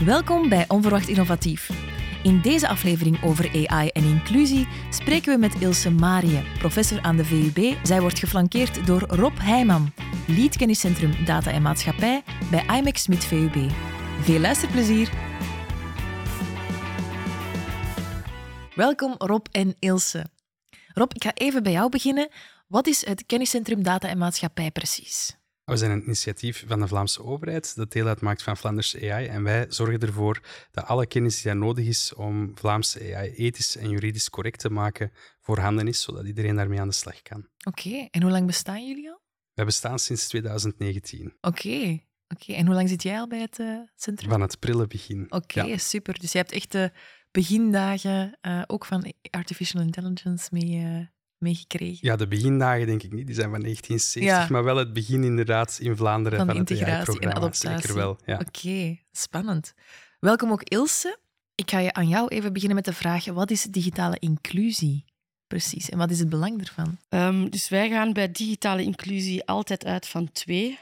Welkom bij Onverwacht Innovatief. In deze aflevering over AI en inclusie spreken we met Ilse Marië, professor aan de VUB. Zij wordt geflankeerd door Rob Heijman, lead kenniscentrum Data en Maatschappij bij IMEX Smit VUB. Veel luisterplezier! Welkom Rob en Ilse. Rob, ik ga even bij jou beginnen. Wat is het kenniscentrum Data en Maatschappij precies? We zijn een initiatief van de Vlaamse overheid dat deel uitmaakt van Flanders AI en wij zorgen ervoor dat alle kennis die nodig is om Vlaamse AI ethisch en juridisch correct te maken voorhanden is, zodat iedereen daarmee aan de slag kan. Oké, en hoe lang bestaan jullie al? Wij bestaan sinds 2019. Oké. En hoe lang zit jij al bij het centrum? Van het prille begin. Oké, super. Dus je hebt echt de begindagen ook van artificial intelligence meegekregen. Ja, de begindagen denk ik niet, die zijn van 1970, maar wel het begin inderdaad in Vlaanderen van het integratie en AI-programma. adaptatie. Zeker wel, ja. Oké, spannend. Welkom ook Ilse. Ik ga aan jou even beginnen met de vraag, wat is digitale inclusie precies en wat is het belang ervan? Dus wij gaan bij digitale inclusie altijd uit van twee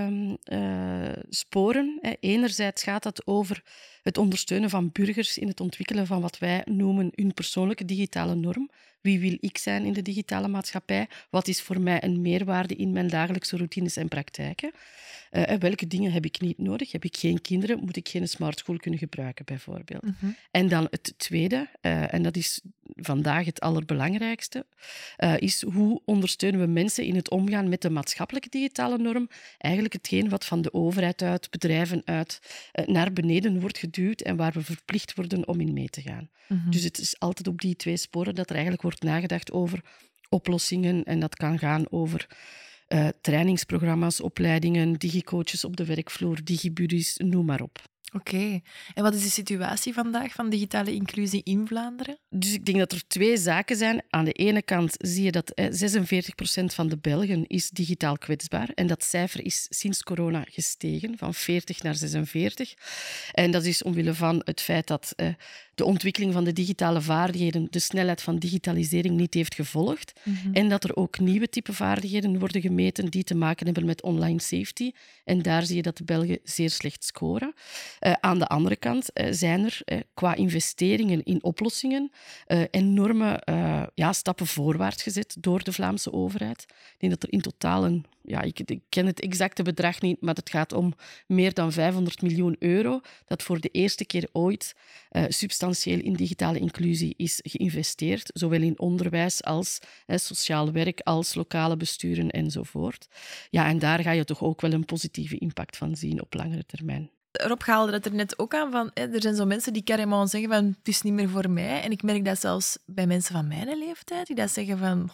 sporen. Enerzijds gaat het over het ondersteunen van burgers in het ontwikkelen van wat wij noemen hun persoonlijke digitale norm. Wie wil ik zijn in de digitale maatschappij? Wat is voor mij een meerwaarde in mijn dagelijkse routines en praktijken? Welke dingen heb ik niet nodig? Heb ik geen kinderen? Moet ik geen smartschool kunnen gebruiken, bijvoorbeeld? Mm-hmm. En dan het tweede, en dat is vandaag het allerbelangrijkste, is hoe ondersteunen we mensen in het omgaan met de maatschappelijke digitale norm? Eigenlijk hetgeen wat van de overheid uit, bedrijven uit, naar beneden wordt geduwd en waar we verplicht worden om in mee te gaan. Mm-hmm. Dus het is altijd op die twee sporen dat er eigenlijk wordt nagedacht over oplossingen en dat kan gaan over trainingsprogramma's, opleidingen, digicoaches op de werkvloer, digibuddies, noem maar op. Oké. En wat is de situatie vandaag van digitale inclusie in Vlaanderen? Dus ik denk dat er twee zaken zijn. Aan de ene kant zie je dat 46% van de Belgen is digitaal kwetsbaar. En dat cijfer is sinds corona gestegen, van 40 naar 46. En dat is omwille van het feit dat de ontwikkeling van de digitale vaardigheden de snelheid van digitalisering niet heeft gevolgd. Mm-hmm. En dat er ook nieuwe type vaardigheden worden gemeten die te maken hebben met online safety. En daar zie je dat de Belgen zeer slecht scoren. Aan de andere kant zijn er qua investeringen in oplossingen enorme stappen voorwaarts gezet door de Vlaamse overheid. Ik denk dat er in totaal ik ken het exacte bedrag niet, maar het gaat om meer dan 500 miljoen euro dat voor de eerste keer ooit substantieel in digitale inclusie is geïnvesteerd, zowel in onderwijs als sociaal werk, als lokale besturen enzovoort. Ja, en daar ga je toch ook wel een positieve impact van zien op langere termijn. Rob haalde het er net ook aan van, er zijn zo mensen die carrément zeggen van het is niet meer voor mij. En ik merk dat zelfs bij mensen van mijn leeftijd, die dat zeggen van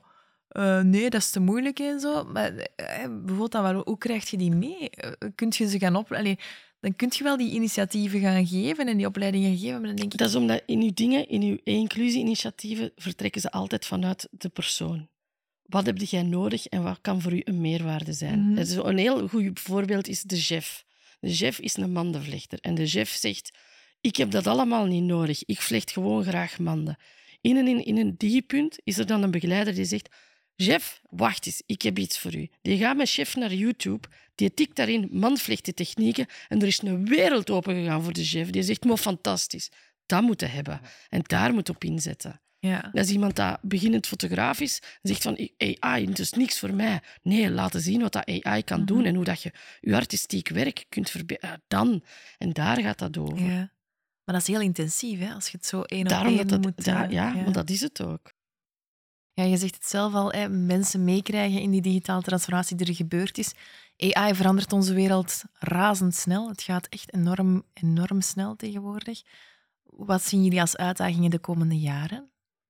nee, dat is te moeilijk en zo. Maar bijvoorbeeld dan, hoe krijg je die mee? Kun je ze gaan dan kun je wel die initiatieven gaan geven en die opleidingen geven, maar dan denk ik... Dat is omdat in uw inclusie-initiatieven vertrekken ze altijd vanuit de persoon. Wat heb jij nodig en wat kan voor u een meerwaarde zijn? Mm-hmm. Dat is een heel goed voorbeeld is de chef. De chef is een mandenvlechter en de chef zegt, ik heb dat allemaal niet nodig, ik vlecht gewoon graag manden. In een digipunt is er dan een begeleider die zegt, chef, wacht eens, ik heb iets voor u. Die gaat met chef naar YouTube, die tikt daarin mandvlechten technieken en er is een wereld opengegaan voor de chef. Die zegt, fantastisch, dat moeten hebben en daar moet op inzetten. Ja. Dat is iemand dat beginnend fotograaf is en zegt van AI, het is niks voor mij. Nee, laten zien wat dat AI kan doen en hoe dat je je artistiek werk kunt verbeteren. Dan. En daar gaat dat over. Ja. Maar dat is heel intensief, hè? Als je het zo één op één moet... want dat is het ook. Ja, je zegt het zelf al, mensen meekrijgen in die digitale transformatie die er gebeurd is. AI verandert onze wereld razendsnel. Het gaat echt enorm snel tegenwoordig. Wat zien jullie als uitdagingen de komende jaren?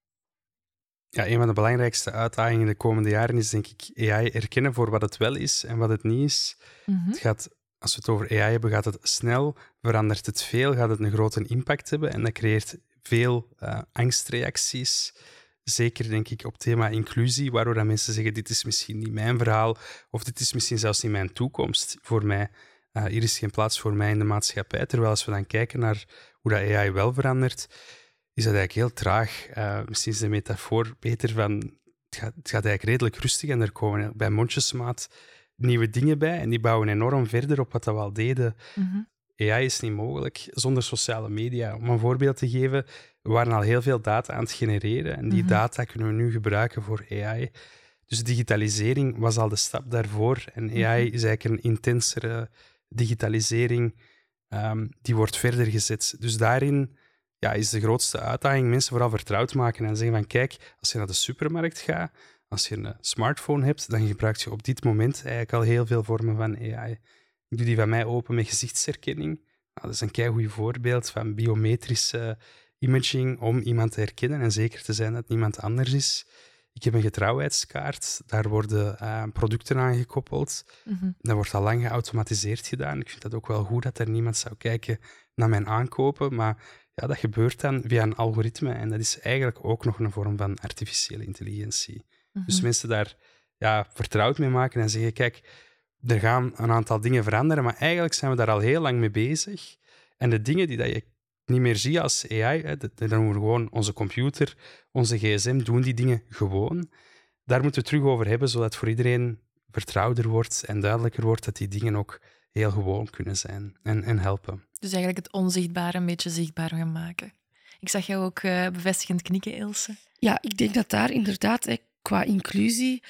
Ja, een van de belangrijkste uitdagingen de komende jaren is, denk ik, AI erkennen voor wat het wel is en wat het niet is. Mm-hmm. Het gaat, als we het over AI hebben, gaat het snel, verandert het veel, gaat het een grote impact hebben en dat creëert veel angstreacties. Zeker, denk ik, op thema inclusie, waardoor dat mensen zeggen, dit is misschien niet mijn verhaal of dit is misschien zelfs niet mijn toekomst voor mij. Hier is geen plaats voor mij in de maatschappij. Terwijl als we dan kijken naar hoe dat AI wel verandert, is dat eigenlijk heel traag. Misschien is de metafoor beter van... Het gaat eigenlijk redelijk rustig en er komen bij mondjesmaat nieuwe dingen bij en die bouwen enorm verder op wat we al deden. Mm-hmm. AI is niet mogelijk zonder sociale media. Om een voorbeeld te geven, we waren al heel veel data aan het genereren en die data kunnen we nu gebruiken voor AI. Dus digitalisering was al de stap daarvoor en AI is eigenlijk een intensere digitalisering die wordt verder gezet. Dus daarin is de grootste uitdaging mensen vooral vertrouwd maken en zeggen van kijk, als je naar de supermarkt gaat, als je een smartphone hebt, dan gebruik je op dit moment eigenlijk al heel veel vormen van AI. Ik doe die van mij open met gezichtsherkenning. Nou, dat is een keigoed voorbeeld van biometrische imaging om iemand te herkennen en zeker te zijn dat het niemand anders is. Ik heb een getrouwheidskaart, daar worden producten aan gekoppeld. Dat wordt al lang geautomatiseerd gedaan. Ik vind dat ook wel goed dat er niemand zou kijken naar mijn aankopen, maar ja, dat gebeurt dan via een algoritme en dat is eigenlijk ook nog een vorm van artificiële intelligentie. Dus mensen daar vertrouwd mee maken en zeggen, kijk, er gaan een aantal dingen veranderen, maar eigenlijk zijn we daar al heel lang mee bezig. En de dingen die dat je niet meer ziet als AI, dan doen we gewoon onze computer, onze gsm, doen die dingen gewoon. Daar moeten we het terug over hebben, zodat het voor iedereen vertrouwder wordt en duidelijker wordt dat die dingen ook heel gewoon kunnen zijn en helpen. Dus eigenlijk het onzichtbare een beetje zichtbaar gaan maken. Ik zag jou ook bevestigend knikken, Ilse. Ja, ik denk dat daar inderdaad qua inclusie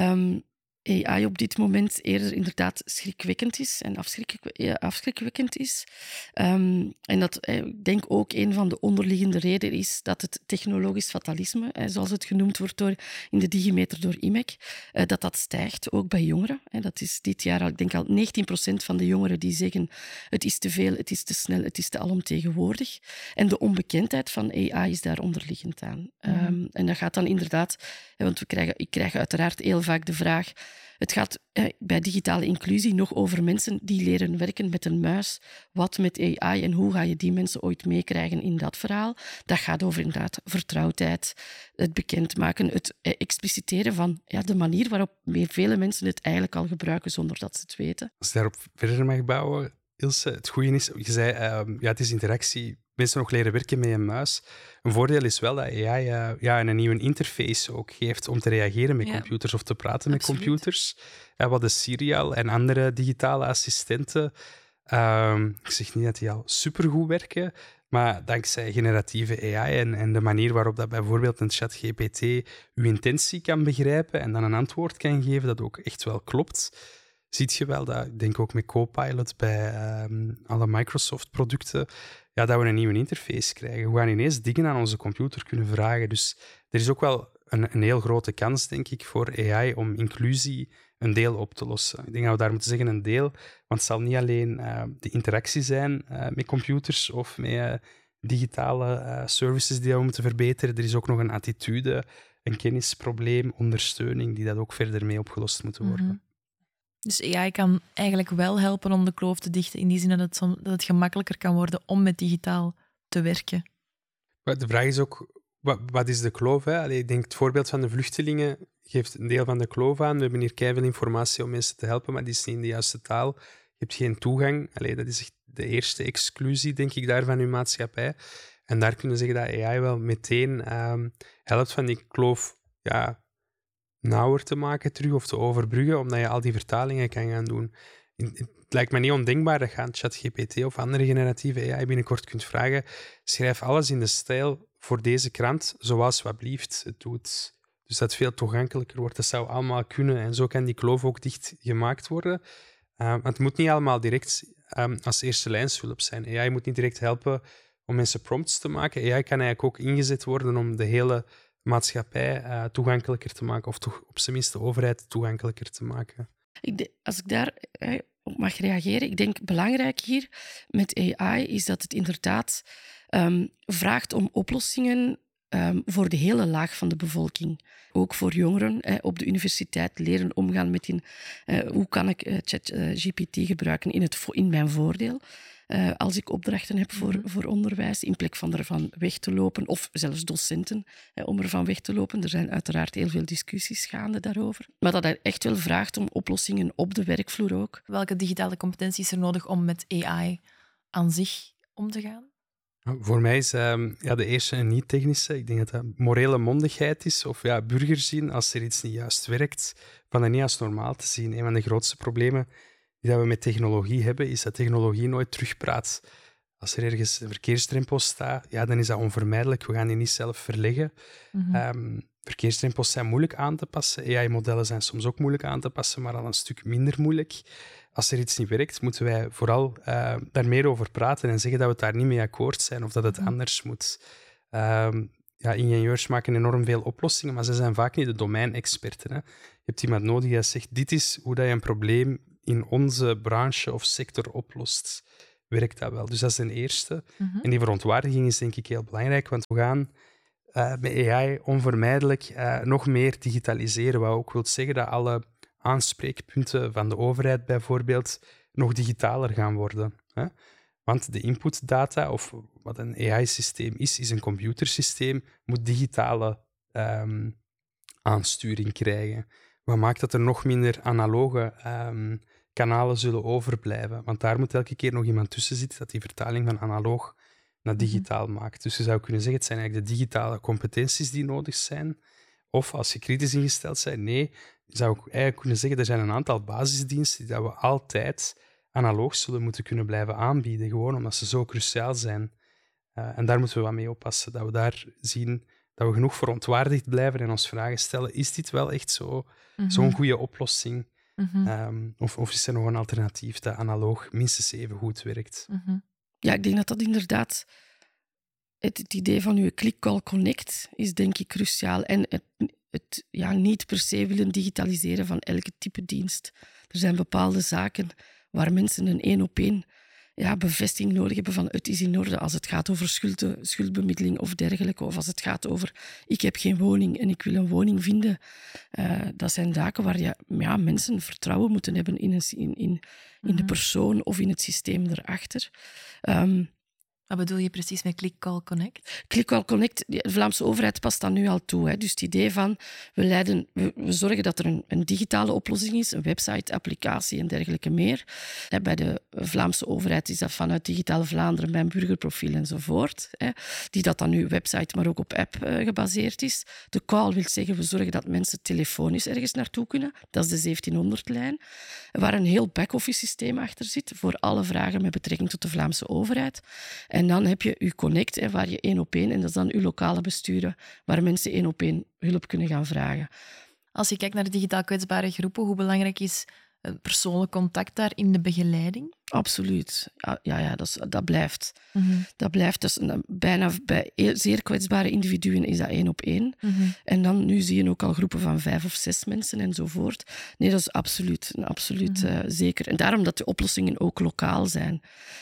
AI op dit moment eerder inderdaad schrikwekkend is en afschrikwekkend is. En dat ik denk ook een van de onderliggende redenen is dat het technologisch fatalisme, zoals het genoemd wordt in de Digimeter door IMEC, dat stijgt, ook bij jongeren. Dat is dit jaar al, ik denk al 19% van de jongeren die zeggen het is te veel, het is te snel, het is te alomtegenwoordig. En de onbekendheid van AI is daar onderliggend aan. En dat gaat dan inderdaad, want ik krijg uiteraard heel vaak de vraag. Het gaat bij digitale inclusie nog over mensen die leren werken met een muis. Wat met AI en hoe ga je die mensen ooit meekrijgen in dat verhaal? Dat gaat over inderdaad vertrouwdheid, het bekendmaken, het expliciteren van de manier waarop vele mensen het eigenlijk al gebruiken zonder dat ze het weten. Als ik daarop verder mag bouwen, Ilse, het goede is, je zei, het is interactie. Mensen nog leren werken met een muis. Een voordeel is wel dat AI een nieuwe interface ook geeft om te reageren met computers of te praten met computers. Wat de Siri al en andere digitale assistenten. Ik zeg niet dat die al supergoed werken, maar dankzij generatieve AI en de manier waarop dat bijvoorbeeld een ChatGPT uw intentie kan begrijpen en dan een antwoord kan geven dat ook echt wel klopt, ziet je wel dat, ik denk ook met Copilot bij alle Microsoft-producten, dat we een nieuwe interface krijgen. We gaan ineens dingen aan onze computer kunnen vragen. Dus er is ook wel een heel grote kans, denk ik, voor AI om inclusie een deel op te lossen. Ik denk dat we daar moeten zeggen een deel, want het zal niet alleen de interactie zijn met computers of met digitale services die we moeten verbeteren. Er is ook nog een attitude, een kennisprobleem, ondersteuning, die dat ook verder mee opgelost moeten worden. Dus AI kan eigenlijk wel helpen om de kloof te dichten, in die zin dat het gemakkelijker kan worden om met digitaal te werken. De vraag is ook, wat is de kloof? Hè? Ik denk het voorbeeld van de vluchtelingen geeft een deel van de kloof aan. We hebben hier keiveel informatie om mensen te helpen, maar die is niet in de juiste taal. Je hebt geen toegang. Dat is echt de eerste exclusie, denk ik, daar van uw maatschappij. En daar kunnen we zeggen dat AI wel meteen helpt van die kloof nauwer te maken terug of te overbruggen, omdat je al die vertalingen kan gaan doen. Het lijkt me niet ondenkbaar dat je aan ChatGPT of andere generatieve AI binnenkort kunt vragen, schrijf alles in de stijl voor deze krant zoals wat blieft het doet. Dus dat het veel toegankelijker wordt. Dat zou allemaal kunnen en zo kan die kloof ook dicht gemaakt worden. Het moet niet allemaal direct als eerste lijnshulp zijn. AI moet niet direct helpen om mensen prompts te maken. AI kan eigenlijk ook ingezet worden om de hele maatschappij toegankelijker te maken, of toch op zijn minst de overheid toegankelijker te maken. Als ik daar op mag reageren, ik denk belangrijk hier met AI is dat het inderdaad vraagt om oplossingen voor de hele laag van de bevolking. Ook voor jongeren op de universiteit leren omgaan met hoe kan ik ChatGPT gebruiken in mijn voordeel. Als ik opdrachten heb voor onderwijs, in plek van ervan weg te lopen, of zelfs docenten om ervan weg te lopen. Er zijn uiteraard heel veel discussies gaande daarover. Maar dat hij echt wel vraagt om oplossingen op de werkvloer ook. Welke digitale competenties er nodig om met AI aan zich om te gaan? Voor mij is de eerste een niet-technische. Ik denk dat dat morele mondigheid is, of burgers zien als er iets niet juist werkt, van dat niet als normaal te zien. Een van de grootste problemen die dat we met technologie hebben, is dat technologie nooit terugpraat. Als er ergens een verkeersdrempel staat, ja, dan is dat onvermijdelijk. We gaan die niet zelf verleggen. Verkeersdrempels zijn moeilijk aan te passen. AI-modellen zijn soms ook moeilijk aan te passen, maar al een stuk minder moeilijk. Als er iets niet werkt, moeten wij vooral daar meer over praten en zeggen dat we het daar niet mee akkoord zijn of dat het anders moet. Ingenieurs maken enorm veel oplossingen, maar ze zijn vaak niet de domeinexperten. Hè. Je hebt iemand nodig die zegt, dit is hoe dat je een probleem in onze branche of sector oplost. Werkt dat wel? Dus dat is de eerste. En die verontwaardiging is denk ik heel belangrijk, want we gaan met AI onvermijdelijk nog meer digitaliseren. Wat ook wil zeggen dat alle aanspreekpunten van de overheid bijvoorbeeld nog digitaler gaan worden. Hè? Want de inputdata, of wat een AI-systeem is een computersysteem, moet digitale aansturing krijgen. Wat maakt dat er nog minder analoge kanalen zullen overblijven? Want daar moet elke keer nog iemand tussen zitten dat die vertaling van analoog naar digitaal maakt. Dus je zou kunnen zeggen, het zijn eigenlijk de digitale competenties die nodig zijn. Of als je kritisch ingesteld bent, nee, zou ik eigenlijk kunnen zeggen, er zijn een aantal basisdiensten die dat we altijd analoog zullen moeten kunnen blijven aanbieden, gewoon omdat ze zo cruciaal zijn. En daar moeten we wat mee oppassen, dat we daar zien dat we genoeg verontwaardigd blijven en ons vragen stellen, is dit wel echt zo'n goede oplossing? Of is er nog een alternatief dat analoog minstens even goed werkt? Ja, ik denk dat inderdaad het idee van uw click-call connect is denk ik cruciaal. En het niet per se willen digitaliseren van elke type dienst. Er zijn bepaalde zaken waar mensen een één-op-één bevestiging nodig hebben van het is in orde. Als het gaat over schuldbemiddeling of dergelijke, of als het gaat over ik heb geen woning en ik wil een woning vinden. Dat zijn zaken waar mensen vertrouwen moeten hebben in de persoon of in het systeem erachter. Wat bedoel je precies met Click-Call Connect? Click-Call Connect, de Vlaamse overheid past dat nu al toe. Hè. Dus het idee van, we zorgen dat er een digitale oplossing is, een website, applicatie en dergelijke meer. Bij de Vlaamse overheid is dat vanuit Digitaal Vlaanderen, mijn burgerprofiel enzovoort. Die dat dan nu website, maar ook op app gebaseerd is. De call wil zeggen, we zorgen dat mensen telefonisch ergens naartoe kunnen. Dat is de 1700-lijn. Waar een heel back-office systeem achter zit voor alle vragen met betrekking tot de Vlaamse overheid. En dan heb je je Connect, waar je één-op-één, en dat is dan je lokale besturen, waar mensen één-op-één hulp kunnen gaan vragen. Als je kijkt naar de digitaal kwetsbare groepen, hoe belangrijk is persoonlijk contact daar in de begeleiding? Absoluut. Ja, dat blijft. Dat blijft. Dus bijna bij zeer kwetsbare individuen is dat 1-op-1. En dan, nu zie je ook al groepen van 5 of 6 mensen enzovoort. Nee, dat is absoluut zeker. En daarom dat de oplossingen ook lokaal zijn.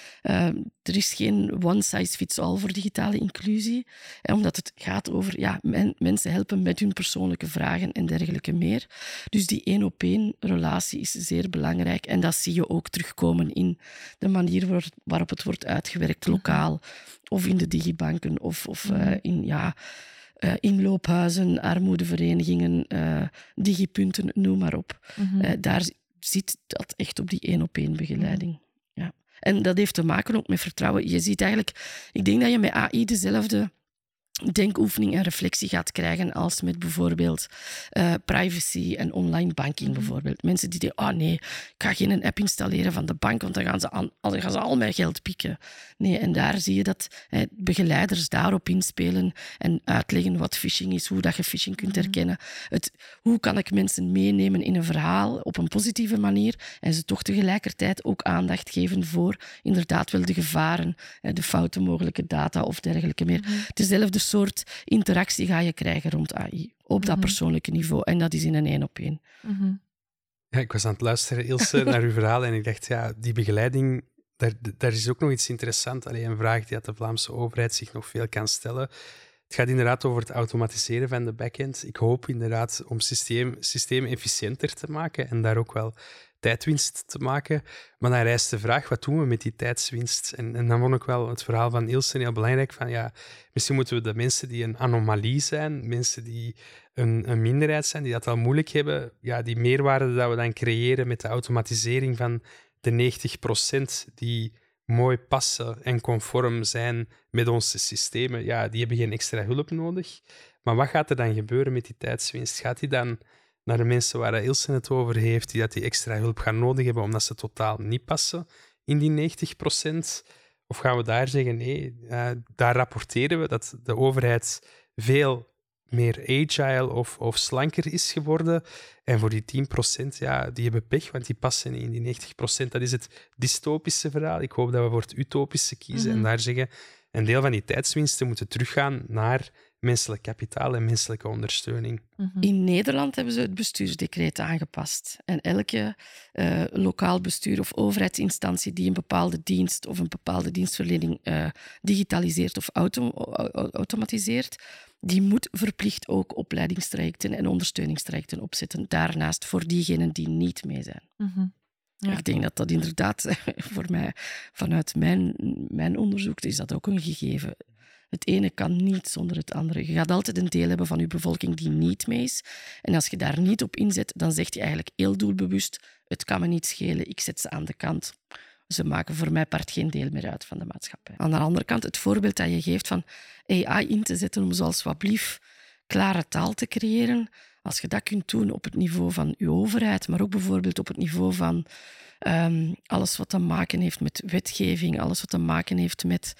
Er is geen one-size-fits-all voor digitale inclusie, omdat het gaat over mensen helpen met hun persoonlijke vragen en dergelijke meer. Dus die 1-op-1 relatie is zeer belangrijk en dat zie je ook terugkomen in de manier waarop het wordt uitgewerkt, lokaal of in de digibanken of in inloophuizen, armoedeverenigingen, digipunten, noem maar op. Daar zit dat echt op die 1-op-1 begeleiding. En dat heeft te maken ook met vertrouwen. Je ziet eigenlijk, ik denk dat je met AI dezelfde denkoefening en reflectie gaat krijgen als met bijvoorbeeld privacy en online banking bijvoorbeeld. Mensen die denken, nee, ik ga geen app installeren van de bank, want dan gaan ze al mijn geld pikken. Nee, en daar zie je dat begeleiders daarop inspelen en uitleggen wat phishing is, hoe dat je phishing kunt herkennen. Hoe kan ik mensen meenemen in een verhaal op een positieve manier en ze toch tegelijkertijd ook aandacht geven voor inderdaad wel de gevaren, de foute mogelijke data of dergelijke meer. Dezelfde soort interactie ga je krijgen rond AI op dat persoonlijke niveau. En dat is in een 1-op-1. Ja, ik was aan het luisteren, Ilse, naar uw verhaal en ik dacht, die begeleiding, daar is ook nog iets interessants. Een vraag die de Vlaamse overheid zich nog veel kan stellen. Het gaat inderdaad over het automatiseren van de backend. Ik hoop inderdaad om systeem efficiënter te maken en daar ook wel tijdwinst te maken. Maar dan rijst de vraag, wat doen we met die tijdswinst? En dan vond ik wel het verhaal van Ilse heel belangrijk. Van, misschien moeten we de mensen die een anomalie zijn, mensen die een minderheid zijn, die dat al moeilijk hebben, die meerwaarde dat we dan creëren met de automatisering van de 90% die mooi passen en conform zijn met onze systemen, die hebben geen extra hulp nodig. Maar wat gaat er dan gebeuren met die tijdswinst? Gaat die dan naar de mensen waar Ilse het over heeft, die extra hulp gaan nodig hebben omdat ze totaal niet passen in die 90%? Of gaan we daar zeggen, nee, daar rapporteren we dat de overheid veel meer agile of slanker is geworden. En voor die 10%, die hebben pech, want die passen niet in die 90%. Dat is het dystopische verhaal. Ik hoop dat we voor het utopische kiezen en daar zeggen, een deel van die tijdswinsten moeten teruggaan naar menselijk kapitaal en menselijke ondersteuning. In Nederland hebben ze het bestuursdecreet aangepast. En elke lokaal bestuur of overheidsinstantie die een bepaalde dienst of een bepaalde dienstverlening digitaliseert of automatiseert, die moet verplicht ook opleidingstrajecten en ondersteuningstrajecten opzetten. Daarnaast voor diegenen die niet mee zijn. Ja. Ik denk dat inderdaad, voor mij, vanuit mijn onderzoek, is dat ook een gegeven. Het ene kan niet zonder het andere. Je gaat altijd een deel hebben van je bevolking die niet mee is. En als je daar niet op inzet, dan zeg je eigenlijk heel doelbewust, het kan me niet schelen, ik zet ze aan de kant. Ze maken voor mij part geen deel meer uit van de maatschappij. Aan de andere kant, het voorbeeld dat je geeft van AI in te zetten om zoals wat blief klare taal te creëren. Als je dat kunt doen op het niveau van je overheid, maar ook bijvoorbeeld op het niveau van alles wat te maken heeft met wetgeving, alles wat te maken heeft met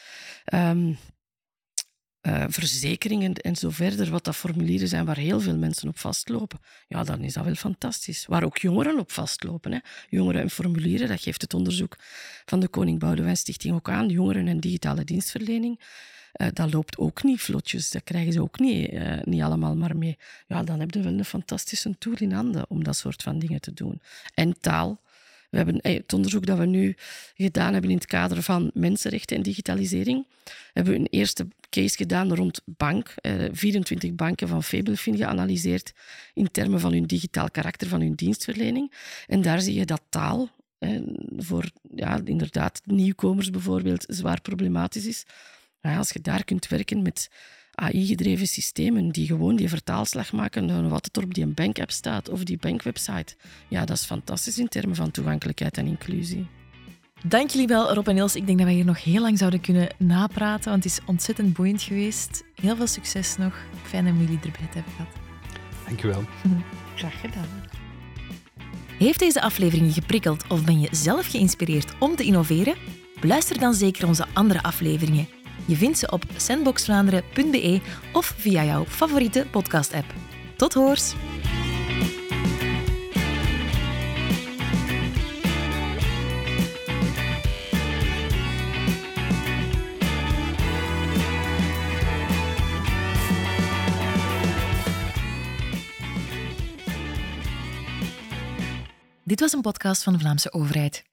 verzekeringen en zo verder, wat dat formulieren zijn waar heel veel mensen op vastlopen, ja, dan is dat wel fantastisch. Waar ook jongeren op vastlopen. Hè. Jongeren en formulieren, dat geeft het onderzoek van de Koning Boudewijn Stichting ook aan. Jongeren en digitale dienstverlening, dat loopt ook niet vlotjes. Dat krijgen ze ook niet allemaal maar mee. Ja, dan heb je wel een fantastische tool in handen om dat soort van dingen te doen. En taal. We hebben het onderzoek dat we nu gedaan hebben in het kader van mensenrechten en digitalisering, hebben we een eerste case gedaan rond bank. 24 banken van Fabelfin geanalyseerd in termen van hun digitaal karakter van hun dienstverlening. En daar zie je dat taal voor inderdaad nieuwkomers bijvoorbeeld zwaar problematisch is. Ja, als je daar kunt werken met AI-gedreven systemen die gewoon die vertaalslag maken van wat het er op die bankapp staat of die bankwebsite. Ja, dat is fantastisch in termen van toegankelijkheid en inclusie. Dank jullie wel, Rob en Ilse. Ik denk dat we hier nog heel lang zouden kunnen napraten, want het is ontzettend boeiend geweest. Heel veel succes nog. Fijn dat jullie erbij hebben gehad. Dank je wel. Graag gedaan. Heeft deze aflevering je geprikkeld of ben je zelf geïnspireerd om te innoveren? Beluister dan zeker onze andere afleveringen. Je vindt ze op sandboxvlaanderen.be of via jouw favoriete podcast-app. Tot hoors! Dit was een podcast van de Vlaamse overheid.